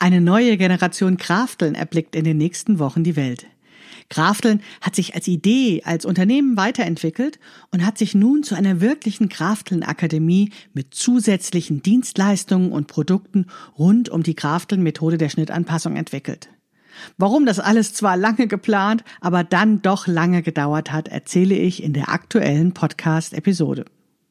Eine neue Generation Krafteln erblickt in den nächsten Wochen die Welt. Krafteln hat sich als Idee, als Unternehmen weiterentwickelt und hat sich nun zu einer wirklichen Krafteln-Akademie mit zusätzlichen Dienstleistungen und Produkten rund um die Krafteln-Methode der Schnittanpassung entwickelt. Warum das alles zwar lange geplant, aber dann doch lange gedauert hat, erzähle ich in der aktuellen Podcast-Episode.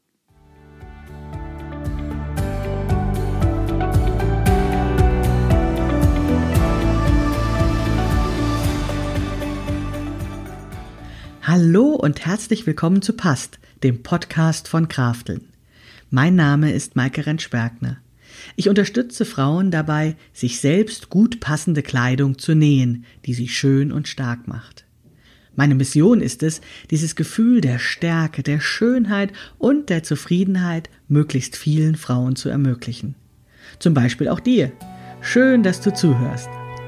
Hallo und herzlich willkommen zu Passt, dem Podcast von Krafteln. Mein Name ist Maike Rentsch-Bergner. Ich unterstütze Frauen dabei, sich selbst gut passende Kleidung zu nähen, die sie schön und stark macht. Meine Mission ist es, dieses Gefühl der Stärke, der Schönheit und der Zufriedenheit möglichst vielen Frauen zu ermöglichen. Zum Beispiel auch dir. Schön, dass du zuhörst.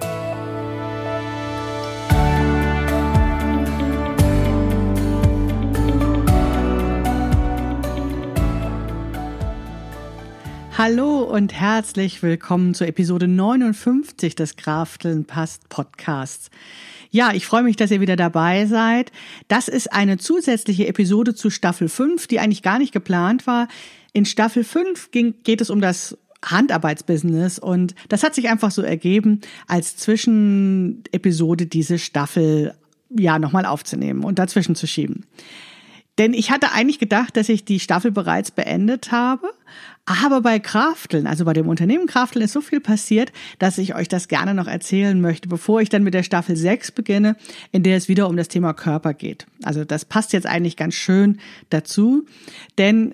Hallo und herzlich willkommen zur Episode 59 des Krafteln Passt Podcasts. Ja, ich freue mich, dass ihr wieder dabei seid. Das ist eine zusätzliche Episode zu Staffel 5, die eigentlich gar nicht geplant war. In Staffel 5 geht es um das Handarbeitsbusiness und das hat sich einfach so ergeben, als Zwischenepisode diese Staffel nochmal aufzunehmen und dazwischen zu schieben. Denn ich hatte eigentlich gedacht, dass ich die Staffel bereits beendet habe, aber bei Krafteln, also bei dem Unternehmen Krafteln, ist so viel passiert, dass ich euch das gerne noch erzählen möchte, bevor ich dann mit der Staffel 6 beginne, in der es wieder um das Thema Körper geht. Also das passt jetzt eigentlich ganz schön dazu, denn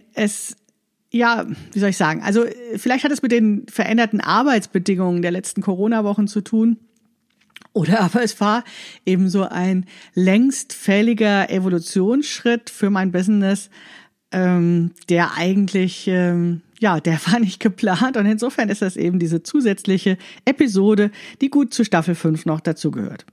also vielleicht hat es mit den veränderten Arbeitsbedingungen der letzten Corona-Wochen zu tun. Oder aber es war eben so ein längst fälliger Evolutionsschritt für mein Business, der eigentlich, der war nicht geplant. Und insofern ist das eben diese zusätzliche Episode, die gut zu Staffel 5 noch dazugehört.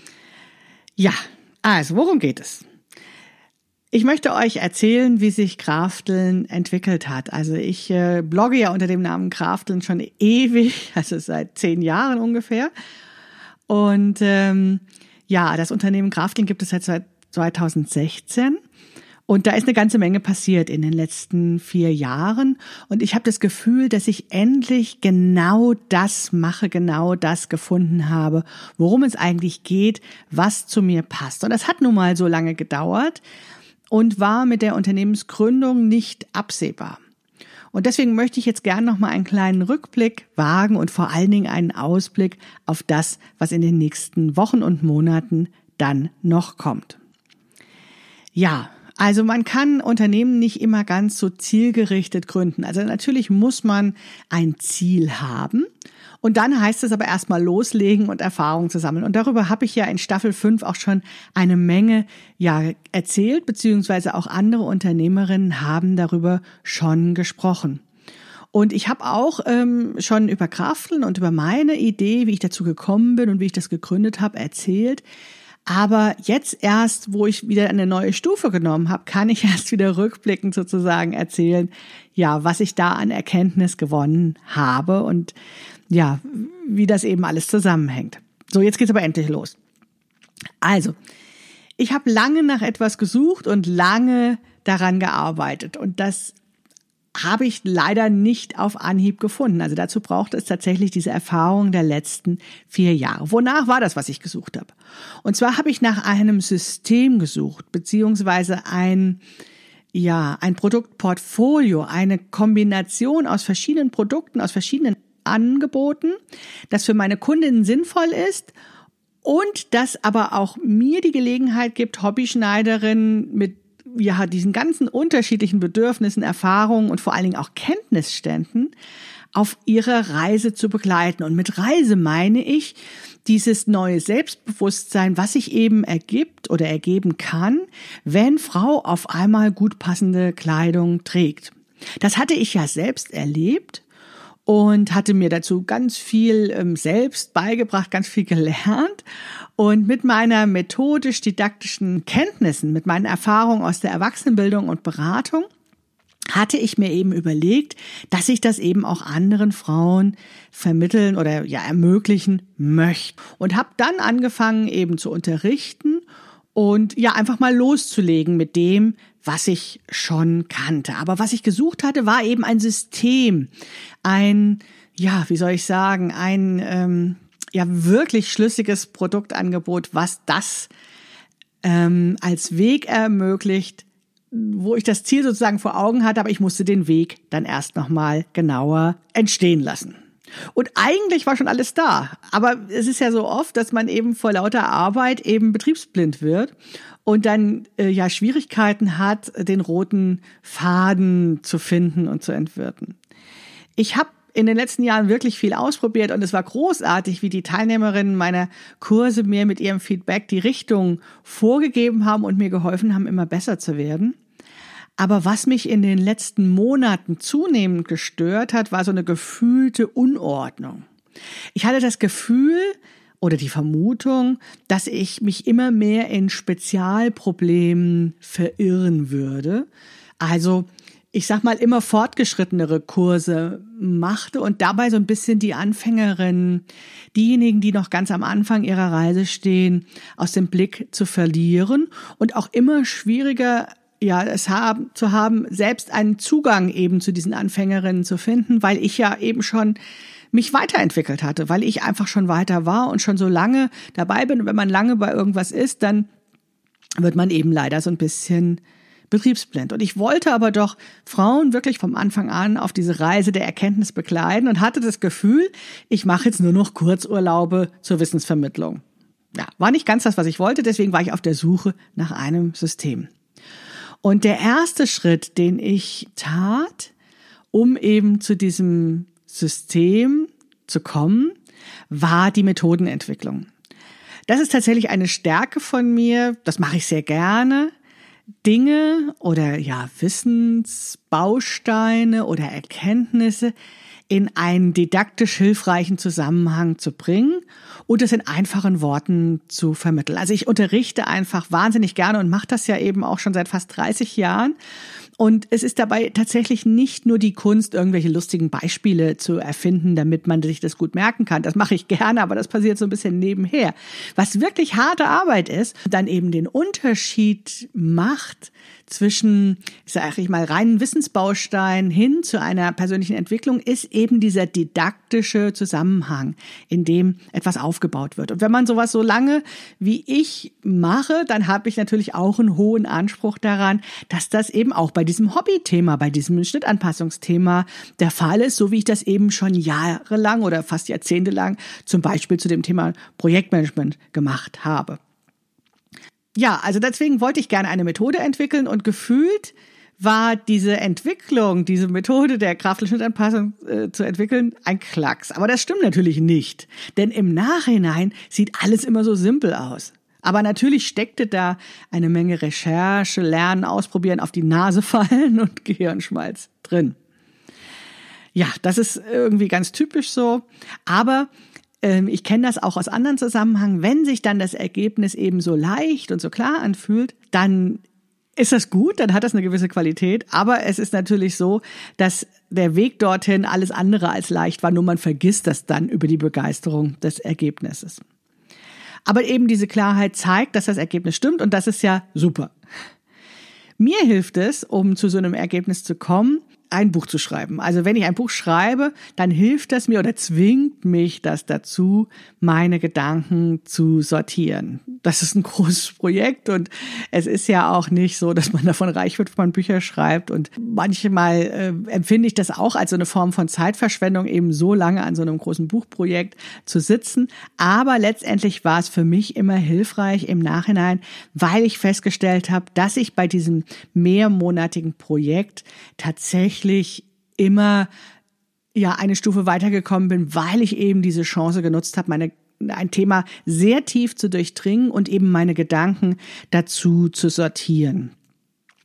Ja, also worum geht es? Ich möchte euch erzählen, wie sich Krafteln entwickelt hat. Also ich blogge ja unter dem Namen Krafteln schon ewig, also seit 10 Jahren ungefähr. Und das Unternehmen Krafteln gibt es seit 2016 und da ist eine ganze Menge passiert in den letzten 4 Jahren und ich habe das Gefühl, dass ich endlich genau das gefunden habe, worum es eigentlich geht, was zu mir passt. Und das hat nun mal so lange gedauert und war mit der Unternehmensgründung nicht absehbar. Und deswegen möchte ich jetzt gerne noch mal einen kleinen Rückblick wagen und vor allen Dingen einen Ausblick auf das, was in den nächsten Wochen und Monaten dann noch kommt. Ja, also man kann Unternehmen nicht immer ganz so zielgerichtet gründen. Also natürlich muss man ein Ziel haben. Und dann heißt es aber erstmal loslegen und Erfahrungen zu sammeln. Und darüber habe ich ja in Staffel 5 auch schon eine Menge erzählt, beziehungsweise auch andere Unternehmerinnen haben darüber schon gesprochen. Und ich habe auch schon über Krafteln und über meine Idee, wie ich dazu gekommen bin und wie ich das gegründet habe, erzählt. Aber jetzt erst, wo ich wieder eine neue Stufe genommen habe, kann ich erst wieder rückblickend sozusagen erzählen, was ich da an Erkenntnis gewonnen habe und wie das eben alles zusammenhängt. So, jetzt geht's aber endlich los. Also, ich habe lange nach etwas gesucht und lange daran gearbeitet und das habe ich leider nicht auf Anhieb gefunden. Also dazu braucht es tatsächlich diese Erfahrung der letzten 4 Jahre. Wonach war das, was ich gesucht habe? Und zwar habe ich nach einem System gesucht, beziehungsweise ein Produktportfolio, eine Kombination aus verschiedenen Produkten, aus verschiedenen Angeboten, das für meine Kundinnen sinnvoll ist und das aber auch mir die Gelegenheit gibt, Hobbyschneiderinnen mit diesen ganzen unterschiedlichen Bedürfnissen, Erfahrungen und vor allen Dingen auch Kenntnisständen auf ihrer Reise zu begleiten. Und mit Reise meine ich dieses neue Selbstbewusstsein, was sich eben ergibt oder ergeben kann, wenn Frau auf einmal gut passende Kleidung trägt. Das hatte ich ja selbst erlebt und hatte mir dazu ganz viel selbst beigebracht, ganz viel gelernt. Und mit meiner methodisch-didaktischen Kenntnissen, mit meinen Erfahrungen aus der Erwachsenenbildung und Beratung, hatte ich mir eben überlegt, dass ich das eben auch anderen Frauen vermitteln oder ja ermöglichen möchte. Und habe dann angefangen eben zu unterrichten und ja einfach mal loszulegen mit dem, was ich schon kannte. Aber was ich gesucht hatte, war eben ein System, ein wirklich schlüssiges Produktangebot, was das als Weg ermöglicht, wo ich das Ziel sozusagen vor Augen hatte, aber ich musste den Weg dann erst nochmal genauer entstehen lassen. Und eigentlich war schon alles da. Aber es ist ja so oft, dass man eben vor lauter Arbeit eben betriebsblind wird und dann Schwierigkeiten hat, den roten Faden zu finden und zu entwirren. Ich habe in den letzten Jahren wirklich viel ausprobiert und es war großartig, wie die Teilnehmerinnen meiner Kurse mir mit ihrem Feedback die Richtung vorgegeben haben und mir geholfen haben, immer besser zu werden. Aber was mich in den letzten Monaten zunehmend gestört hat, war so eine gefühlte Unordnung. Ich hatte das Gefühl oder die Vermutung, dass ich mich immer mehr in Spezialproblemen verirren würde. Also ich sag mal, immer fortgeschrittenere Kurse machte und dabei so ein bisschen die Anfängerinnen, diejenigen, die noch ganz am Anfang ihrer Reise stehen, aus dem Blick zu verlieren und auch immer schwieriger zu haben, selbst einen Zugang eben zu diesen Anfängerinnen zu finden, weil ich ja eben schon mich weiterentwickelt hatte, weil ich einfach schon weiter war und schon so lange dabei bin. Und wenn man lange bei irgendwas ist, dann wird man eben leider so ein bisschen betriebsblind. Und ich wollte aber doch Frauen wirklich vom Anfang an auf diese Reise der Erkenntnis begleiten und hatte das Gefühl, ich mache jetzt nur noch Kurzurlaube zur Wissensvermittlung. Ja, war nicht ganz das, was ich wollte, deswegen war ich auf der Suche nach einem System. Und der erste Schritt, den ich tat, um eben zu diesem System zu kommen, war die Methodenentwicklung. Das ist tatsächlich eine Stärke von mir, das mache ich sehr gerne, Dinge oder Wissensbausteine oder Erkenntnisse in einen didaktisch hilfreichen Zusammenhang zu bringen und es in einfachen Worten zu vermitteln. Also ich unterrichte einfach wahnsinnig gerne und mache das ja eben auch schon seit fast 30 Jahren. Und es ist dabei tatsächlich nicht nur die Kunst, irgendwelche lustigen Beispiele zu erfinden, damit man sich das gut merken kann. Das mache ich gerne, aber das passiert so ein bisschen nebenher. Was wirklich harte Arbeit ist, dann eben den Unterschied macht zwischen, sage ich mal, reinen Wissensbaustein hin zu einer persönlichen Entwicklung, ist eben dieser didaktische Zusammenhang, in dem etwas aufgebaut wird. Und wenn man sowas so lange wie ich mache, dann habe ich natürlich auch einen hohen Anspruch daran, dass das eben auch bei diesem Hobbythema, bei diesem Schnittanpassungsthema der Fall ist, so wie ich das eben schon jahrelang oder fast jahrzehntelang zum Beispiel zu dem Thema Projektmanagement gemacht habe. Ja, also deswegen wollte ich gerne eine Methode entwickeln und gefühlt war diese Entwicklung, diese Methode der kraftvollen Schnittanpassung zu entwickeln, ein Klacks. Aber das stimmt natürlich nicht, denn im Nachhinein sieht alles immer so simpel aus. Aber natürlich steckte da eine Menge Recherche, Lernen, Ausprobieren, auf die Nase fallen und Gehirnschmalz drin. Ja, das ist irgendwie ganz typisch so, aber ich kenne das auch aus anderen Zusammenhängen. Wenn sich dann das Ergebnis eben so leicht und so klar anfühlt, dann ist das gut, dann hat das eine gewisse Qualität. Aber es ist natürlich so, dass der Weg dorthin alles andere als leicht war, nur man vergisst das dann über die Begeisterung des Ergebnisses. Aber eben diese Klarheit zeigt, dass das Ergebnis stimmt und das ist ja super. Mir hilft es, um zu so einem Ergebnis zu kommen, ein Buch zu schreiben. Also wenn ich ein Buch schreibe, dann hilft das mir oder zwingt mich das dazu, meine Gedanken zu sortieren. Das ist ein großes Projekt und es ist ja auch nicht so, dass man davon reich wird, wenn man Bücher schreibt. Und manchmal empfinde ich das auch als so eine Form von Zeitverschwendung, eben so lange an so einem großen Buchprojekt zu sitzen. Aber letztendlich war es für mich immer hilfreich im Nachhinein, weil ich festgestellt habe, dass ich bei diesem mehrmonatigen Projekt tatsächlich immer eine Stufe weitergekommen bin, weil ich eben diese Chance genutzt habe, ein Thema sehr tief zu durchdringen und eben meine Gedanken dazu zu sortieren.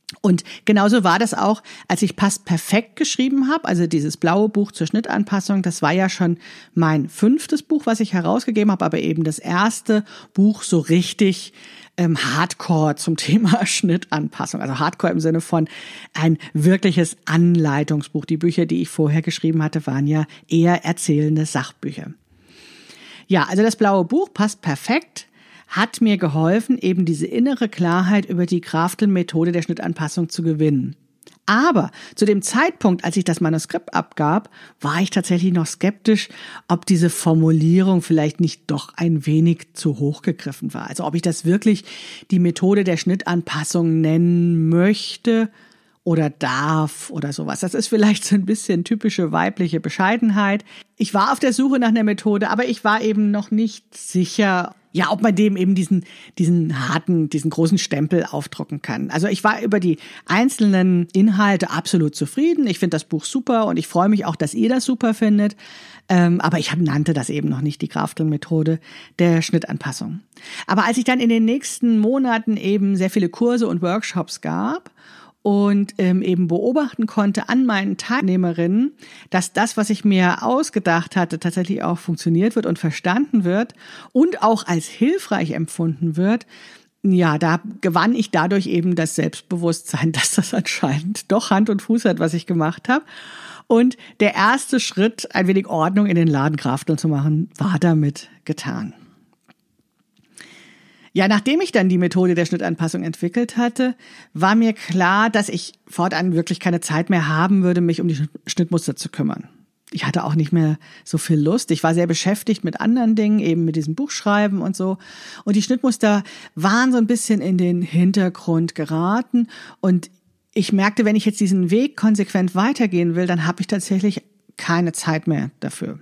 Und genauso war das auch, als ich Passt perfekt geschrieben habe, also dieses blaue Buch zur Schnittanpassung, das war ja schon mein 5. Buch, was ich herausgegeben habe, aber eben das erste Buch so richtig Hardcore zum Thema Schnittanpassung. Also Hardcore im Sinne von ein wirkliches Anleitungsbuch. Die Bücher, die ich vorher geschrieben hatte, waren ja eher erzählende Sachbücher. Ja, also das blaue Buch Passt perfekt hat mir geholfen, eben diese innere Klarheit über die Kraftel-Methode der Schnittanpassung zu gewinnen. Aber zu dem Zeitpunkt, als ich das Manuskript abgab, war ich tatsächlich noch skeptisch, ob diese Formulierung vielleicht nicht doch ein wenig zu hoch gegriffen war. Also ob ich das wirklich die Methode der Schnittanpassung nennen möchte oder darf oder sowas. Das ist vielleicht so ein bisschen typische weibliche Bescheidenheit. Ich war auf der Suche nach einer Methode, aber ich war eben noch nicht sicher, ja, ob man dem eben diesen harten, diesen großen Stempel aufdrucken kann. Also ich war über die einzelnen Inhalte absolut zufrieden. Ich finde das Buch super und ich freue mich auch, dass ihr das super findet. Aber ich nannte das eben noch nicht die Kraftel-Methode der Schnittanpassung. Aber als ich dann in den nächsten Monaten eben sehr viele Kurse und Workshops gab und eben beobachten konnte an meinen Teilnehmerinnen, dass das, was ich mir ausgedacht hatte, tatsächlich auch funktioniert wird und verstanden wird und auch als hilfreich empfunden wird, ja, da gewann ich dadurch eben das Selbstbewusstsein, dass das anscheinend doch Hand und Fuß hat, was ich gemacht habe. Und der erste Schritt, ein wenig Ordnung in den Laden Krafteln zu machen, war damit getan. Ja, nachdem ich dann die Methode der Schnittanpassung entwickelt hatte, war mir klar, dass ich fortan wirklich keine Zeit mehr haben würde, mich um die Schnittmuster zu kümmern. Ich hatte auch nicht mehr so viel Lust. Ich war sehr beschäftigt mit anderen Dingen, eben mit diesem Buchschreiben und so. Und die Schnittmuster waren so ein bisschen in den Hintergrund geraten. Und ich merkte, wenn ich jetzt diesen Weg konsequent weitergehen will, dann habe ich tatsächlich keine Zeit mehr dafür.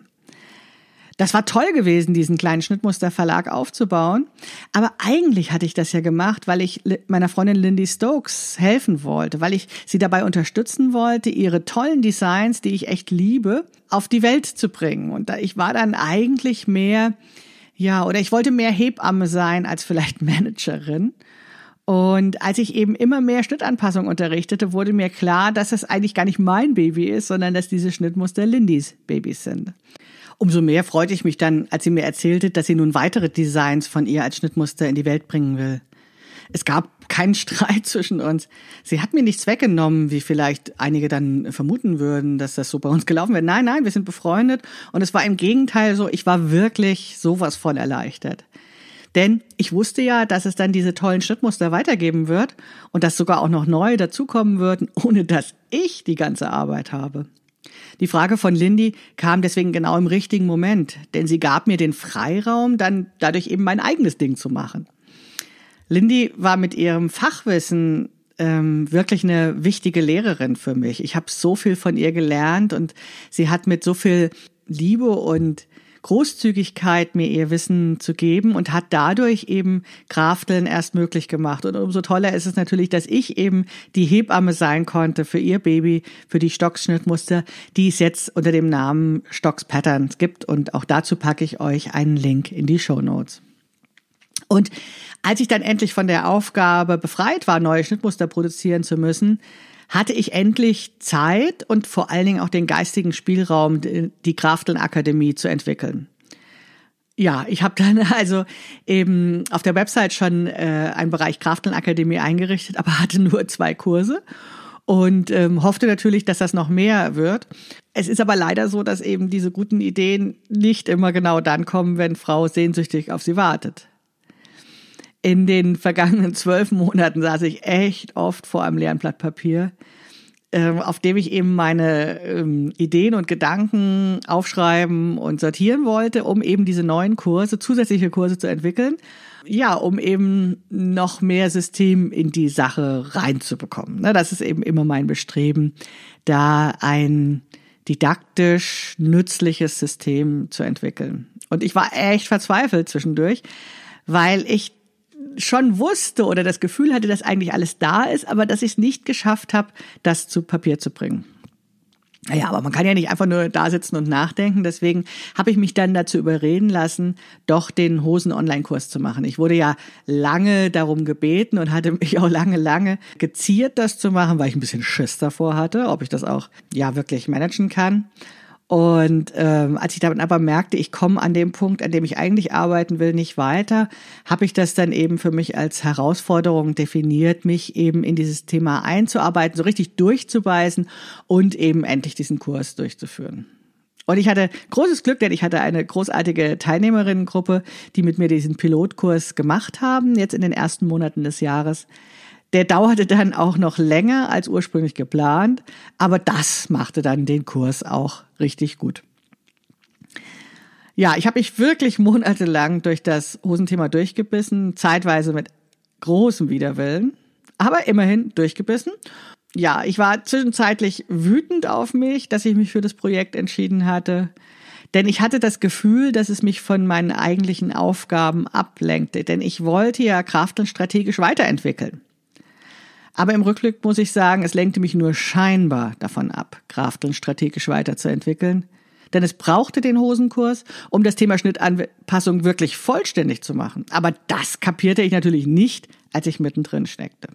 Das war toll gewesen, diesen kleinen Schnittmusterverlag aufzubauen. Aber eigentlich hatte ich das ja gemacht, weil ich meiner Freundin Lindy Stokes helfen wollte, weil ich sie dabei unterstützen wollte, ihre tollen Designs, die ich echt liebe, auf die Welt zu bringen. Und ich war dann eigentlich mehr, oder ich wollte mehr Hebamme sein als vielleicht Managerin. Und als ich eben immer mehr Schnittanpassung unterrichtete, wurde mir klar, dass es eigentlich gar nicht mein Baby ist, sondern dass diese Schnittmuster Lindys Babys sind. Umso mehr freute ich mich dann, als sie mir erzählte, dass sie nun weitere Designs von ihr als Schnittmuster in die Welt bringen will. Es gab keinen Streit zwischen uns. Sie hat mir nichts weggenommen, wie vielleicht einige dann vermuten würden, dass das so bei uns gelaufen wäre. Nein, wir sind befreundet. Und es war im Gegenteil so, ich war wirklich sowas von erleichtert. Denn ich wusste ja, dass es dann diese tollen Schnittmuster weitergeben wird und dass sogar auch noch neue dazukommen würden, ohne dass ich die ganze Arbeit habe. Die Frage von Lindy kam deswegen genau im richtigen Moment, denn sie gab mir den Freiraum, dann dadurch eben mein eigenes Ding zu machen. Lindy war mit ihrem Fachwissen wirklich eine wichtige Lehrerin für mich. Ich habe so viel von ihr gelernt und sie hat mit so viel Liebe und Großzügigkeit mir ihr Wissen zu geben und hat dadurch eben Krafteln erst möglich gemacht. Und umso toller ist es natürlich, dass ich eben die Hebamme sein konnte für ihr Baby, für die Stokes Schnittmuster, die es jetzt unter dem Namen Stokes Patterns gibt. Und auch dazu packe ich euch einen Link in die Shownotes. Und als ich dann endlich von der Aufgabe befreit war, neue Schnittmuster produzieren zu müssen, hatte ich endlich Zeit und vor allen Dingen auch den geistigen Spielraum, die Krafteln-Akademie zu entwickeln. Ja, ich habe dann also eben auf der Website schon einen Bereich Krafteln-Akademie eingerichtet, aber hatte nur 2 Kurse und hoffte natürlich, dass das noch mehr wird. Es ist aber leider so, dass eben diese guten Ideen nicht immer genau dann kommen, wenn Frau sehnsüchtig auf sie wartet. In den vergangenen 12 Monaten saß ich echt oft vor einem leeren Blatt Papier, auf dem ich eben meine Ideen und Gedanken aufschreiben und sortieren wollte, um eben diese neuen Kurse, zusätzliche Kurse zu entwickeln. Ja, um eben noch mehr System in die Sache reinzubekommen. Das ist eben immer mein Bestreben, da ein didaktisch nützliches System zu entwickeln. Und ich war echt verzweifelt zwischendurch, weil ich schon wusste oder das Gefühl hatte, dass eigentlich alles da ist, aber dass ich es nicht geschafft habe, das zu Papier zu bringen. Naja, aber man kann ja nicht einfach nur da sitzen und nachdenken. Deswegen habe ich mich dann dazu überreden lassen, doch den Hosen-Online-Kurs zu machen. Ich wurde ja lange darum gebeten und hatte mich auch lange geziert, das zu machen, weil ich ein bisschen Schiss davor hatte, ob ich das auch ja wirklich managen kann. Und als ich dann aber merkte, ich komme an dem Punkt, an dem ich eigentlich arbeiten will, nicht weiter, habe ich das dann eben für mich als Herausforderung definiert, mich eben in dieses Thema einzuarbeiten, so richtig durchzubeißen und eben endlich diesen Kurs durchzuführen. Und ich hatte großes Glück, denn ich hatte eine großartige Teilnehmerinnengruppe, die mit mir diesen Pilotkurs gemacht haben, jetzt in den ersten Monaten des Jahres. Der dauerte dann auch noch länger als ursprünglich geplant, aber das machte dann den Kurs auch richtig gut. Ja, ich habe mich wirklich monatelang durch das Hosenthema durchgebissen, zeitweise mit großem Widerwillen, aber immerhin durchgebissen. Ja, ich war zwischenzeitlich wütend auf mich, dass ich mich für das Projekt entschieden hatte, denn ich hatte das Gefühl, dass es mich von meinen eigentlichen Aufgaben ablenkte, denn ich wollte ja Krafteln strategisch weiterentwickeln. Aber im Rückblick muss ich sagen, es lenkte mich nur scheinbar davon ab, Krafteln strategisch weiterzuentwickeln. Denn es brauchte den Hosenkurs, um das Thema Schnittanpassung wirklich vollständig zu machen. Aber das kapierte ich natürlich nicht, als ich mittendrin steckte.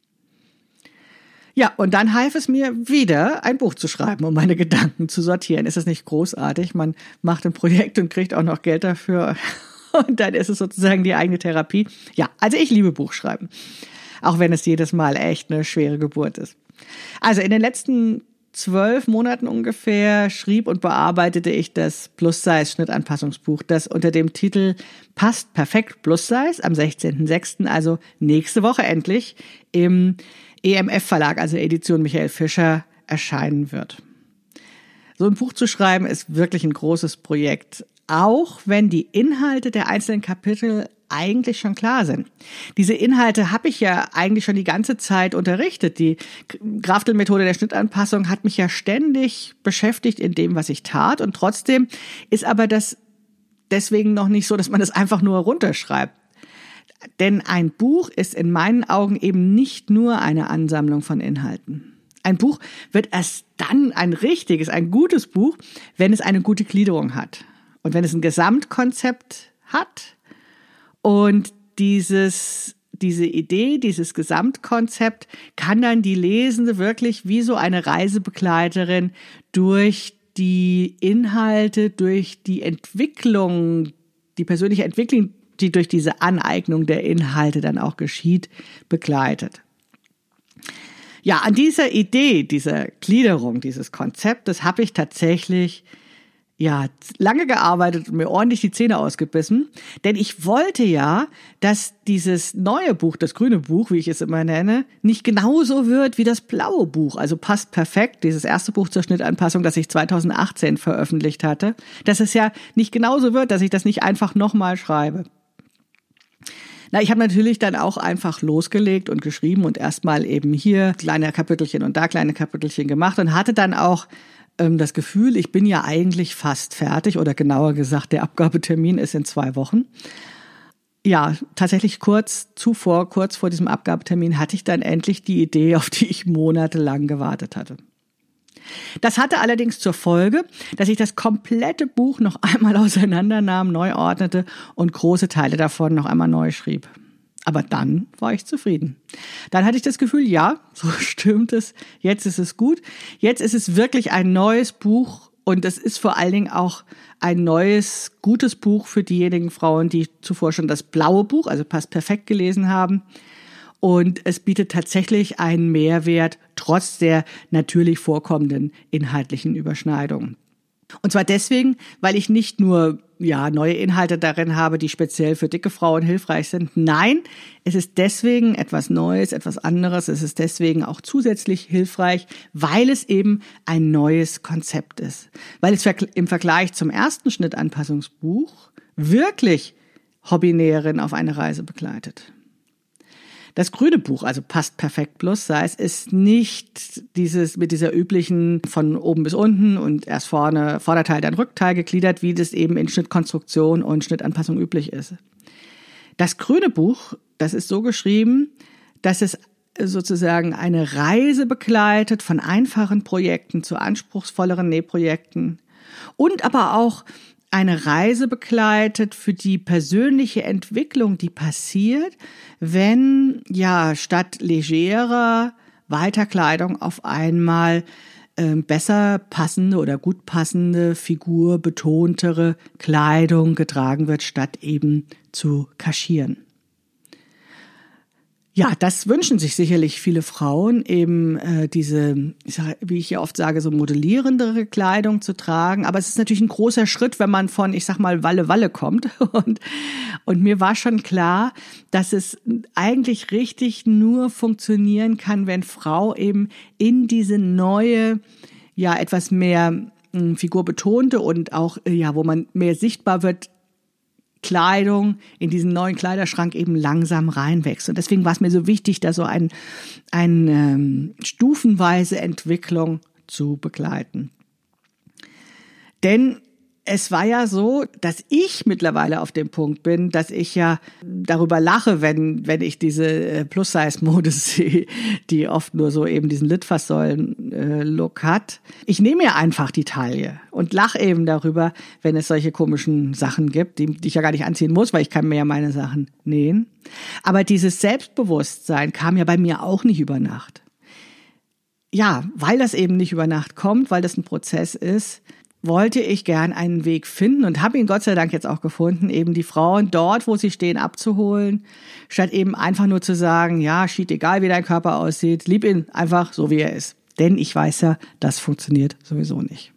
Ja, und dann half es mir wieder, ein Buch zu schreiben, um meine Gedanken zu sortieren. Ist das nicht großartig? Man macht ein Projekt und kriegt auch noch Geld dafür. Und dann ist es sozusagen die eigene Therapie. Ja, also ich liebe Buchschreiben. Auch wenn es jedes Mal echt eine schwere Geburt ist. Also in den letzten 12 Monaten ungefähr schrieb und bearbeitete ich das Plus-Size-Schnittanpassungsbuch, das unter dem Titel Passt perfekt Plus-Size am 16.06., also nächste Woche endlich, im EMF-Verlag, also Edition Michael Fischer, erscheinen wird. So ein Buch zu schreiben ist wirklich ein großes Projekt, auch wenn die Inhalte der einzelnen Kapitel eigentlich schon klar sind. Diese Inhalte habe ich ja eigentlich schon die ganze Zeit unterrichtet. Die Kraftelmethode der Schnittanpassung hat mich ja ständig beschäftigt in dem, was ich tat. Und trotzdem ist aber das deswegen noch nicht so, dass man das einfach nur runterschreibt. Denn ein Buch ist in meinen Augen eben nicht nur eine Ansammlung von Inhalten. Ein Buch wird erst dann ein gutes Buch, wenn es eine gute Gliederung hat. Und wenn es ein Gesamtkonzept hat. Und diese Idee, dieses Gesamtkonzept kann dann die Lesende wirklich wie so eine Reisebegleiterin durch die Inhalte, durch die Entwicklung, die persönliche Entwicklung, die durch diese Aneignung der Inhalte dann auch geschieht, begleitet. Ja, an dieser Idee, dieser Gliederung, dieses Konzeptes habe ich tatsächlich lange gearbeitet und mir ordentlich die Zähne ausgebissen, denn ich wollte ja, dass dieses neue Buch, das grüne Buch, wie ich es immer nenne, nicht genauso wird wie das blaue Buch, also Passt perfekt, dieses erste Buch zur Schnittanpassung, das ich 2018 veröffentlicht hatte, dass es ja nicht genauso wird, dass ich das nicht einfach nochmal schreibe. Ich habe natürlich dann auch einfach losgelegt und geschrieben und erstmal eben hier kleine Kapitelchen und da kleine Kapitelchen gemacht und hatte dann auch das Gefühl, ich bin ja eigentlich fast fertig oder genauer gesagt, der Abgabetermin ist in 2 Wochen. Ja, tatsächlich kurz vor diesem Abgabetermin hatte ich dann endlich die Idee, auf die ich monatelang gewartet hatte. Das hatte allerdings zur Folge, dass ich das komplette Buch noch einmal auseinandernahm, neu ordnete und große Teile davon noch einmal neu schrieb. Aber dann war ich zufrieden. Dann hatte ich das Gefühl, ja, so stimmt es, jetzt ist es gut. Jetzt ist es wirklich ein neues Buch und es ist vor allen Dingen auch ein neues, gutes Buch für diejenigen Frauen, die zuvor schon das blaue Buch, also Passt perfekt, gelesen haben. Und es bietet tatsächlich einen Mehrwert, trotz der natürlich vorkommenden inhaltlichen Überschneidungen. Und zwar deswegen, weil ich nicht nur neue Inhalte darin habe, die speziell für dicke Frauen hilfreich sind. Nein, es ist deswegen etwas Neues, etwas anderes. Es ist deswegen auch zusätzlich hilfreich, weil es eben ein neues Konzept ist. Weil es im Vergleich zum ersten Schnittanpassungsbuch wirklich Hobbynäherinnen auf eine Reise begleitet. Das grüne Buch, also Passt perfekt Plus-Size, ist nicht mit dieser üblichen von oben bis unten und erst vorne Vorderteil, dann Rückteil gegliedert, wie das eben in Schnittkonstruktion und Schnittanpassung üblich ist. Das grüne Buch, das ist so geschrieben, dass es sozusagen eine Reise begleitet von einfachen Projekten zu anspruchsvolleren Nähprojekten und aber auch eine Reise begleitet für die persönliche Entwicklung, die passiert, wenn ja statt legerer Weiterkleidung auf einmal besser passende oder gut passende, figurbetontere Kleidung getragen wird, statt eben zu kaschieren. Ja, das wünschen sich sicherlich viele Frauen, eben diese, wie ich ja oft sage, so modellierendere Kleidung zu tragen. Aber es ist natürlich ein großer Schritt, wenn man von, ich sag mal, Walle kommt. Und mir war schon klar, dass es eigentlich richtig nur funktionieren kann, wenn Frau eben in diese neue, ja, etwas mehr figurbetonte und auch, ja, wo man mehr sichtbar wird, Kleidung in diesen neuen Kleiderschrank eben langsam reinwächst. Und deswegen war es mir so wichtig, da so eine stufenweise Entwicklung zu begleiten. Denn es war ja so, dass ich mittlerweile auf dem Punkt bin, dass ich ja darüber lache, wenn ich diese Plus-Size-Mode sehe, die oft nur so eben diesen Litfaßsäulen-Look hat. Ich nehme ja einfach die Taille und lache eben darüber, wenn es solche komischen Sachen gibt, die ich ja gar nicht anziehen muss, weil ich kann mir ja meine Sachen nähen. Aber dieses Selbstbewusstsein kam ja bei mir auch nicht über Nacht. Ja, weil das eben nicht über Nacht kommt, weil das ein Prozess ist, wollte ich gern einen Weg finden und habe ihn Gott sei Dank jetzt auch gefunden, eben die Frauen dort, wo sie stehen, abzuholen, statt eben einfach nur zu sagen, ja, schied egal, wie dein Körper aussieht, lieb ihn einfach so, wie er ist. Denn ich weiß ja, das funktioniert sowieso nicht.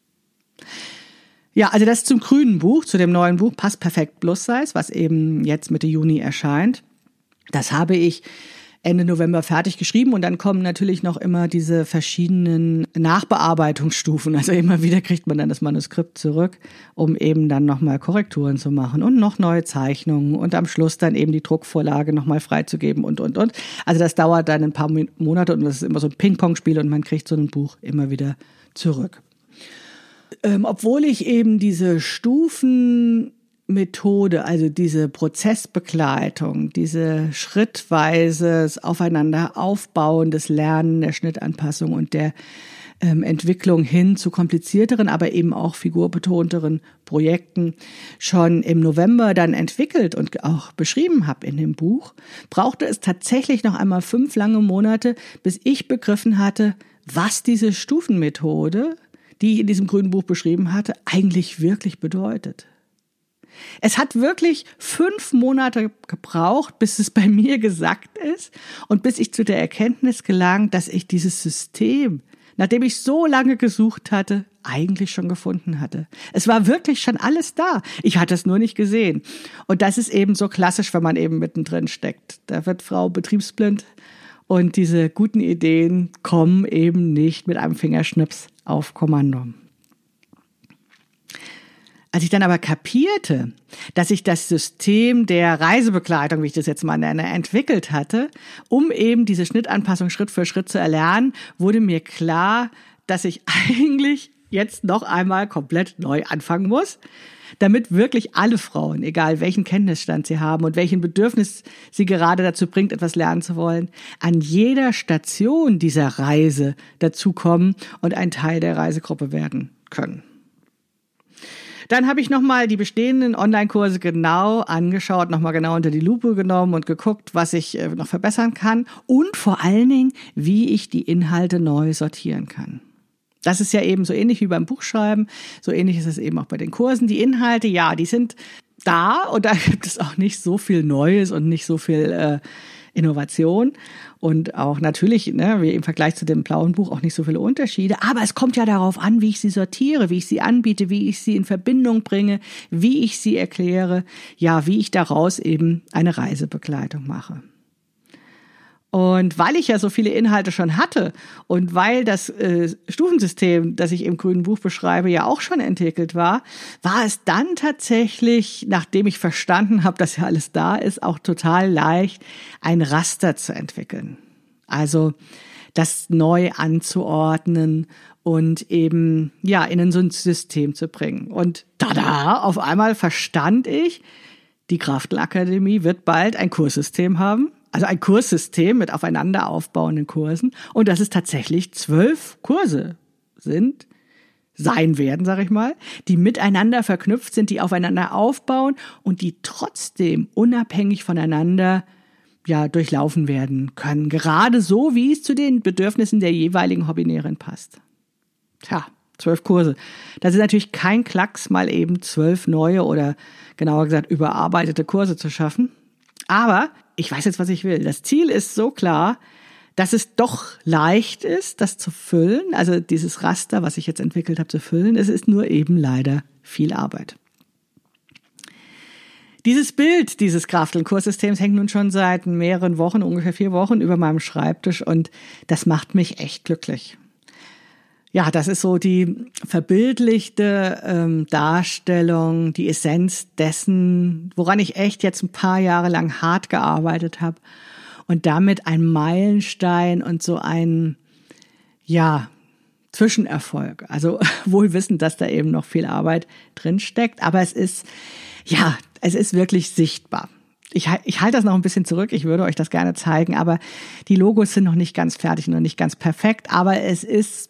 Ja, also das zum grünen Buch, zu dem neuen Buch Passt perfekt Plus Size, was eben jetzt Mitte Juni erscheint. Das habe ich Ende November fertig geschrieben und dann kommen natürlich noch immer diese verschiedenen Nachbearbeitungsstufen. Also immer wieder kriegt man dann das Manuskript zurück, um eben dann nochmal Korrekturen zu machen und noch neue Zeichnungen und am Schluss dann eben die Druckvorlage nochmal freizugeben und. Also das dauert dann ein paar Monate und das ist immer so ein Ping-Pong-Spiel und man kriegt so ein Buch immer wieder zurück. Obwohl ich eben diese Stufenmethode, also diese Prozessbegleitung, diese schrittweises Aufeinander aufbauen des Lernen, der Schnittanpassung und der Entwicklung hin zu komplizierteren, aber eben auch figurbetonteren Projekten schon im November dann entwickelt und auch beschrieben habe in dem Buch, brauchte es tatsächlich noch einmal 5 lange Monate, bis ich begriffen hatte, was diese Stufenmethode, die ich in diesem grünen Buch beschrieben hatte, eigentlich wirklich bedeutet. Es hat wirklich 5 Monate gebraucht, bis es bei mir gesackt ist und bis ich zu der Erkenntnis gelang, dass ich dieses System, nachdem ich so lange gesucht hatte, eigentlich schon gefunden hatte. Es war wirklich schon alles da. Ich hatte es nur nicht gesehen. Und das ist eben so klassisch, wenn man eben mittendrin steckt. Da wird Frau betriebsblind und diese guten Ideen kommen eben nicht mit einem Fingerschnips auf Kommando. Als ich dann aber kapierte, dass ich das System der Reisebegleitung, wie ich das jetzt mal nenne, entwickelt hatte, um eben diese Schnittanpassung Schritt für Schritt zu erlernen, wurde mir klar, dass ich eigentlich jetzt noch einmal komplett neu anfangen muss, damit wirklich alle Frauen, egal welchen Kenntnisstand sie haben und welchen Bedürfnis sie gerade dazu bringt, etwas lernen zu wollen, an jeder Station dieser Reise dazukommen und ein Teil der Reisegruppe werden können. Dann habe ich nochmal die bestehenden Online-Kurse genau angeschaut, nochmal genau unter die Lupe genommen und geguckt, was ich noch verbessern kann und vor allen Dingen, wie ich die Inhalte neu sortieren kann. Das ist ja eben so ähnlich wie beim Buchschreiben, so ähnlich ist es eben auch bei den Kursen. Die Inhalte, ja, die sind da und da gibt es auch nicht so viel Neues und nicht so viel Innovation und auch natürlich, wie im Vergleich zu dem blauen Buch, auch nicht so viele Unterschiede. Aber es kommt ja darauf an, wie ich sie sortiere, wie ich sie anbiete, wie ich sie in Verbindung bringe, wie ich sie erkläre, ja, wie ich daraus eben eine Reisebegleitung mache. Und weil ich ja so viele Inhalte schon hatte und weil das Stufensystem, das ich im grünen Buch beschreibe, ja auch schon entwickelt war, war es dann tatsächlich, nachdem ich verstanden habe, dass ja alles da ist, auch total leicht, ein Raster zu entwickeln. Also das neu anzuordnen und eben ja in so ein System zu bringen. Und tada, auf einmal verstand ich, die Kraftelakademie wird bald ein Kurssystem haben, also ein Kurssystem mit aufeinander aufbauenden Kursen und dass es tatsächlich 12 Kurse sein werden, sag ich mal, die miteinander verknüpft sind, die aufeinander aufbauen und die trotzdem unabhängig voneinander durchlaufen werden können. Gerade so, wie es zu den Bedürfnissen der jeweiligen Hobbynäherin passt. 12 Kurse. Das ist natürlich kein Klacks, mal eben 12 neue oder genauer gesagt überarbeitete Kurse zu schaffen. Aber ich weiß jetzt, was ich will. Das Ziel ist so klar, dass es doch leicht ist, das zu füllen. Also dieses Raster, was ich jetzt entwickelt habe, zu füllen. Es ist nur eben leider viel Arbeit. Dieses Bild dieses Krafteln-Kurssystems hängt nun schon seit mehreren Wochen, ungefähr 4 Wochen, über meinem Schreibtisch und das macht mich echt glücklich. Ja, das ist so die verbildlichte Darstellung, die Essenz dessen, woran ich echt jetzt ein paar Jahre lang hart gearbeitet habe und damit ein Meilenstein und so ein, Zwischenerfolg. Also wohl wissend, dass da eben noch viel Arbeit drin steckt, aber es ist wirklich sichtbar. Ich halte das noch ein bisschen zurück, ich würde euch das gerne zeigen, aber die Logos sind noch nicht ganz fertig, noch nicht ganz perfekt, aber es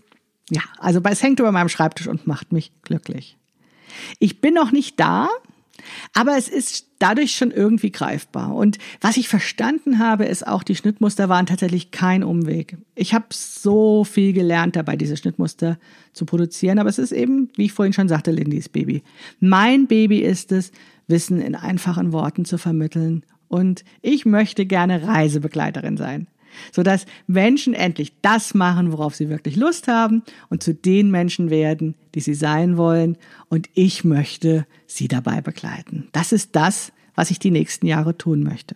hängt über meinem Schreibtisch und macht mich glücklich. Ich bin noch nicht da, aber es ist dadurch schon irgendwie greifbar. Und was ich verstanden habe, ist auch, die Schnittmuster waren tatsächlich kein Umweg. Ich habe so viel gelernt dabei, diese Schnittmuster zu produzieren, aber es ist eben, wie ich vorhin schon sagte, Lindys Baby. Mein Baby ist es, Wissen in einfachen Worten zu vermitteln. Und ich möchte gerne Reisebegleiterin sein, sodass Menschen endlich das machen, worauf sie wirklich Lust haben und zu den Menschen werden, die sie sein wollen. Und ich möchte sie dabei begleiten. Das ist das, was ich die nächsten Jahre tun möchte.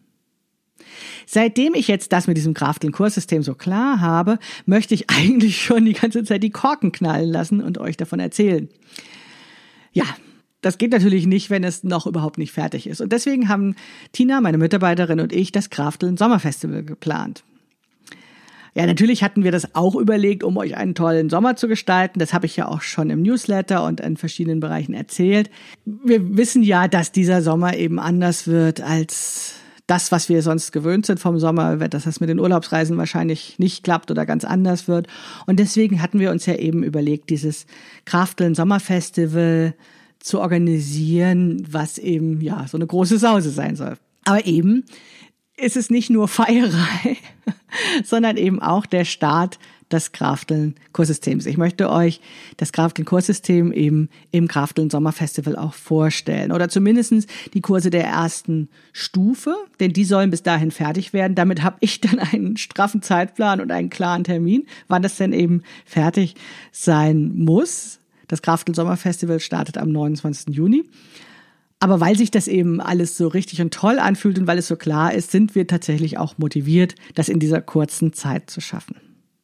Seitdem ich jetzt das mit diesem Krafteln-Kurssystem so klar habe, möchte ich eigentlich schon die ganze Zeit die Korken knallen lassen und euch davon erzählen. Ja, das geht natürlich nicht, wenn es noch überhaupt nicht fertig ist. Und deswegen haben Tina, meine Mitarbeiterin, und ich das Krafteln Sommerfestival geplant. Ja, natürlich hatten wir das auch überlegt, um euch einen tollen Sommer zu gestalten. Das habe ich ja auch schon im Newsletter und in verschiedenen Bereichen erzählt. Wir wissen ja, dass dieser Sommer eben anders wird als das, was wir sonst gewöhnt sind vom Sommer, dass das mit den Urlaubsreisen wahrscheinlich nicht klappt oder ganz anders wird. Und deswegen hatten wir uns ja eben überlegt, dieses Krafteln Sommerfestival zu organisieren, was eben so eine große Sause sein soll. Aber eben ist es nicht nur Feierei, sondern eben auch der Start des Krafteln-Kurssystems. Ich möchte euch das Krafteln-Kurssystem eben im Krafteln-Sommerfestival auch vorstellen oder zumindest die Kurse der ersten Stufe, denn die sollen bis dahin fertig werden. Damit habe ich dann einen straffen Zeitplan und einen klaren Termin, wann das denn eben fertig sein muss. Das Krafteln-Sommerfestival startet am 29. Juni. Aber weil sich das eben alles so richtig und toll anfühlt und weil es so klar ist, sind wir tatsächlich auch motiviert, das in dieser kurzen Zeit zu schaffen.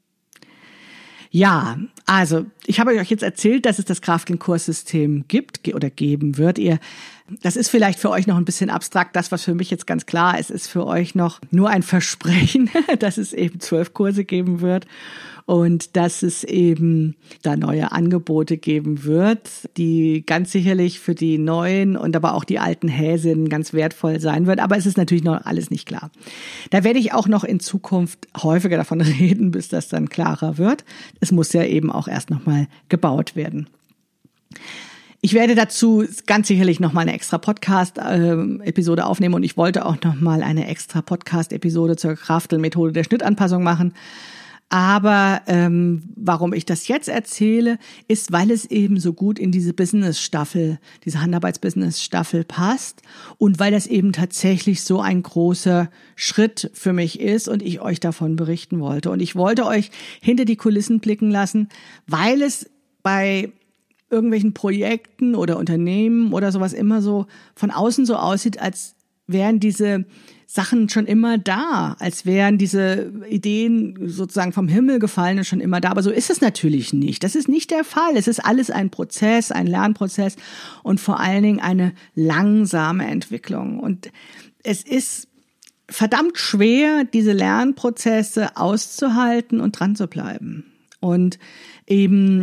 Ja, also ich habe euch jetzt erzählt, dass es das Krafteln-Kurssystem gibt oder geben wird. Das ist vielleicht für euch noch ein bisschen abstrakt. Das, was für mich jetzt ganz klar ist, ist für euch noch nur ein Versprechen, dass es eben 12 Kurse geben wird und dass es eben da neue Angebote geben wird, die ganz sicherlich für die neuen und aber auch die alten Häsinnen ganz wertvoll sein wird. Aber es ist natürlich noch alles nicht klar. Da werde ich auch noch in Zukunft häufiger davon reden, bis das dann klarer wird. Es muss ja eben auch erst nochmal gebaut werden. Ich werde dazu ganz sicherlich nochmal eine extra Podcast-Episode aufnehmen und ich wollte auch nochmal eine extra Podcast-Episode zur Krafteln-Methode der Schnittanpassung machen. Aber warum ich das jetzt erzähle, ist, weil es eben so gut in diese Business-Staffel, diese Handarbeits-Business-Staffel passt und weil das eben tatsächlich so ein großer Schritt für mich ist und ich euch davon berichten wollte. Und ich wollte euch hinter die Kulissen blicken lassen, weil es bei irgendwelchen Projekten oder Unternehmen oder sowas immer so von außen so aussieht, als wären diese Sachen schon immer da, als wären diese Ideen sozusagen vom Himmel gefallen und schon immer da. Aber so ist es natürlich nicht. Das ist nicht der Fall. Es ist alles ein Prozess, ein Lernprozess und vor allen Dingen eine langsame Entwicklung. Und es ist verdammt schwer, diese Lernprozesse auszuhalten und dran zu bleiben. Und eben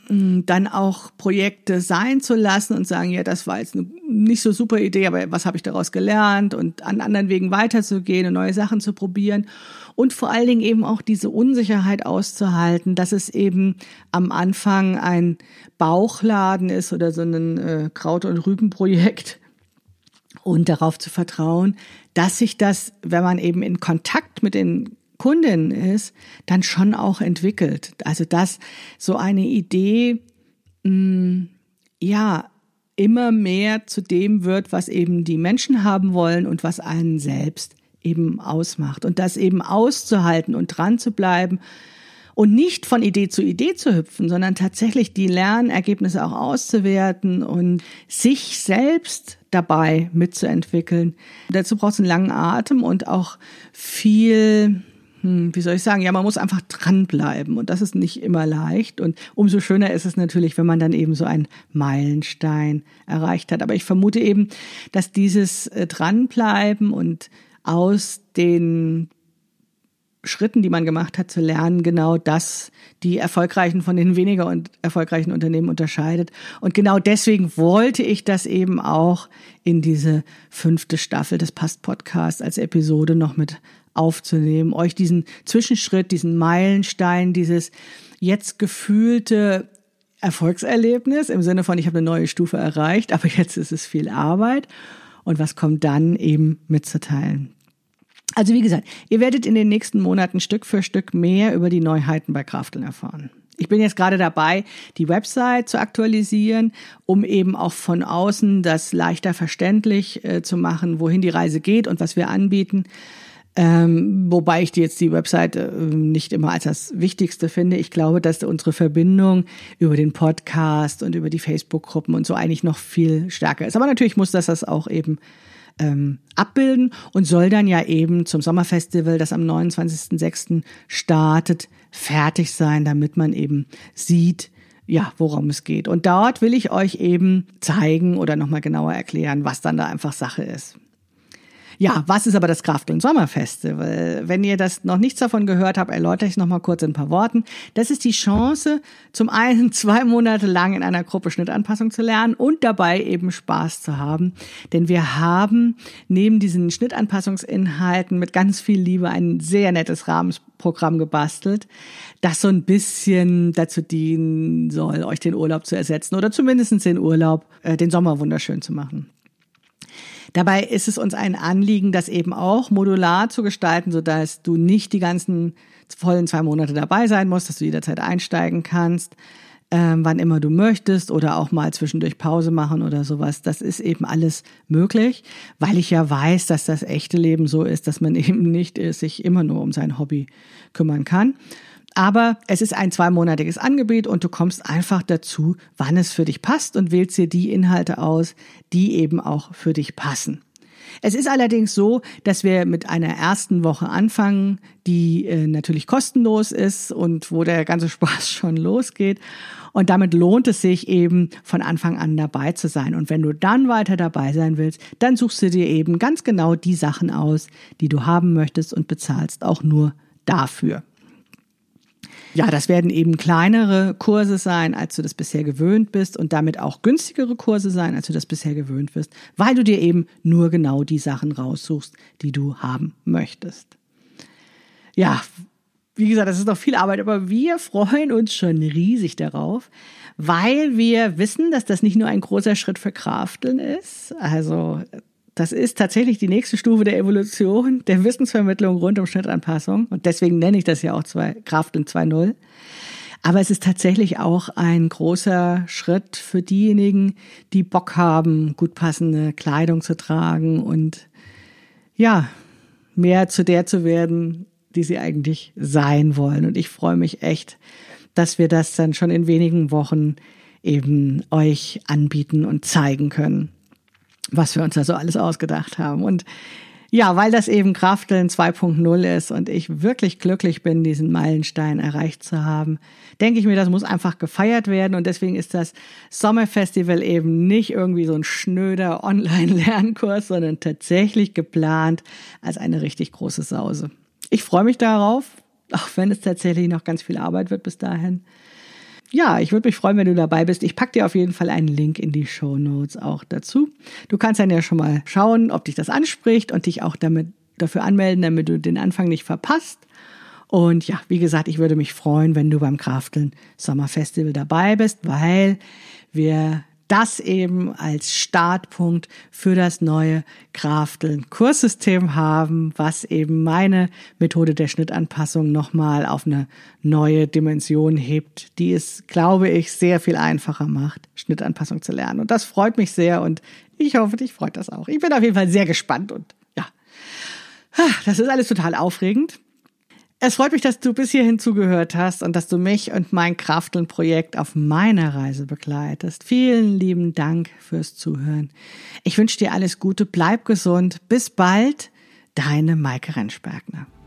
dann auch Projekte sein zu lassen und sagen, ja, das war jetzt eine nicht so super Idee, aber was habe ich daraus gelernt und an anderen Wegen weiterzugehen und neue Sachen zu probieren und vor allen Dingen eben auch diese Unsicherheit auszuhalten, dass es eben am Anfang ein Bauchladen ist oder so ein Kraut- und Rübenprojekt und darauf zu vertrauen, dass sich das, wenn man eben in Kontakt mit den Kundin ist, dann schon auch entwickelt. Also dass so eine Idee immer mehr zu dem wird, was eben die Menschen haben wollen und was einen selbst eben ausmacht. Und das eben auszuhalten und dran zu bleiben und nicht von Idee zu hüpfen, sondern tatsächlich die Lernergebnisse auch auszuwerten und sich selbst dabei mitzuentwickeln. Dazu braucht es einen langen Atem und auch viel, wie soll ich sagen, ja, man muss einfach dranbleiben und das ist nicht immer leicht und umso schöner ist es natürlich, wenn man dann eben so einen Meilenstein erreicht hat. Aber ich vermute eben, dass dieses Dranbleiben und aus den Schritten, die man gemacht hat, zu lernen, genau das die erfolgreichen von den weniger und erfolgreichen Unternehmen unterscheidet. Und genau deswegen wollte ich das eben auch in diese 5. Staffel des Passt-Podcasts als Episode noch mit aufzunehmen, euch diesen Zwischenschritt, diesen Meilenstein, dieses jetzt gefühlte Erfolgserlebnis im Sinne von, ich habe eine neue Stufe erreicht, aber jetzt ist es viel Arbeit und was kommt dann eben mitzuteilen. Also wie gesagt, ihr werdet in den nächsten Monaten Stück für Stück mehr über die Neuheiten bei Krafteln erfahren. Ich bin jetzt gerade dabei, die Website zu aktualisieren, um eben auch von außen das leichter verständlich zu machen, wohin die Reise geht und was wir anbieten. Wobei ich die Website nicht immer als das Wichtigste finde. Ich glaube, dass unsere Verbindung über den Podcast und über die Facebook-Gruppen und so eigentlich noch viel stärker ist. Aber natürlich muss das auch eben abbilden und soll dann ja eben zum Sommerfestival, das am 29.06. startet, fertig sein, damit man eben sieht, ja, worum es geht. Und dort will ich euch eben zeigen oder nochmal genauer erklären, was dann da einfach Sache ist. Ja, was ist aber das Krafteln Sommerfestival? Wenn ihr das noch nichts davon gehört habt, erläutere ich es nochmal kurz in ein paar Worten. Das ist die Chance, zum einen 2 Monate lang in einer Gruppe Schnittanpassung zu lernen und dabei eben Spaß zu haben. Denn wir haben neben diesen Schnittanpassungsinhalten mit ganz viel Liebe ein sehr nettes Rahmenprogramm gebastelt, das so ein bisschen dazu dienen soll, euch den Urlaub zu ersetzen oder zumindest den Urlaub, den Sommer wunderschön zu machen. Dabei ist es uns ein Anliegen, das eben auch modular zu gestalten, sodass du nicht die ganzen vollen 2 Monate dabei sein musst, dass du jederzeit einsteigen kannst, wann immer du möchtest oder auch mal zwischendurch Pause machen oder sowas. Das ist eben alles möglich, weil ich ja weiß, dass das echte Leben so ist, dass man eben nicht sich immer nur um sein Hobby kümmern kann. Aber es ist ein 2-monatiges Angebot und du kommst einfach dazu, wann es für dich passt und wählst dir die Inhalte aus, die eben auch für dich passen. Es ist allerdings so, dass wir mit einer ersten Woche anfangen, die natürlich kostenlos ist und wo der ganze Spaß schon losgeht. Und damit lohnt es sich eben, von Anfang an dabei zu sein. Und wenn du dann weiter dabei sein willst, dann suchst du dir eben ganz genau die Sachen aus, die du haben möchtest und bezahlst auch nur dafür. Ja, das werden eben kleinere Kurse sein, als du das bisher gewöhnt bist und damit auch günstigere Kurse sein, als du das bisher gewöhnt bist, weil du dir eben nur genau die Sachen raussuchst, die du haben möchtest. Ja, wie gesagt, das ist noch viel Arbeit, aber wir freuen uns schon riesig darauf, weil wir wissen, dass das nicht nur ein großer Schritt für Krafteln ist, also das ist tatsächlich die nächste Stufe der Evolution, der Wissensvermittlung rund um Schnittanpassung. Und deswegen nenne ich das ja auch Krafteln 2.0. Aber es ist tatsächlich auch ein großer Schritt für diejenigen, die Bock haben, gut passende Kleidung zu tragen und ja, mehr zu der zu werden, die sie eigentlich sein wollen. Und ich freue mich echt, dass wir das dann schon in wenigen Wochen eben euch anbieten und zeigen können, was wir uns da so alles ausgedacht haben. Und ja, weil das eben Krafteln 2.0 ist und ich wirklich glücklich bin, diesen Meilenstein erreicht zu haben, denke ich mir, das muss einfach gefeiert werden. Und deswegen ist das Sommerfestival eben nicht irgendwie so ein schnöder Online-Lernkurs, sondern tatsächlich geplant als eine richtig große Sause. Ich freue mich darauf, auch wenn es tatsächlich noch ganz viel Arbeit wird bis dahin. ja, ich würde mich freuen, wenn du dabei bist. Ich packe dir auf jeden Fall einen Link in die Shownotes auch dazu. Du kannst dann ja schon mal schauen, ob dich das anspricht und dich auch dafür anmelden, damit du den Anfang nicht verpasst. Und ja, wie gesagt, ich würde mich freuen, wenn du beim Krafteln Sommerfestival dabei bist, weil wir das eben als Startpunkt für das neue Krafteln-Kurssystem haben, was eben meine Methode der Schnittanpassung nochmal auf eine neue Dimension hebt, die es, glaube ich, sehr viel einfacher macht, Schnittanpassung zu lernen. Und das freut mich sehr und ich hoffe, dich freut das auch. Ich bin auf jeden Fall sehr gespannt und ja, das ist alles total aufregend. Es freut mich, dass du bis hierhin zugehört hast und dass du mich und mein Krafteln-Projekt auf meiner Reise begleitest. Vielen lieben Dank fürs Zuhören. Ich wünsche dir alles Gute, bleib gesund. Bis bald, deine Maike Rentschbergner.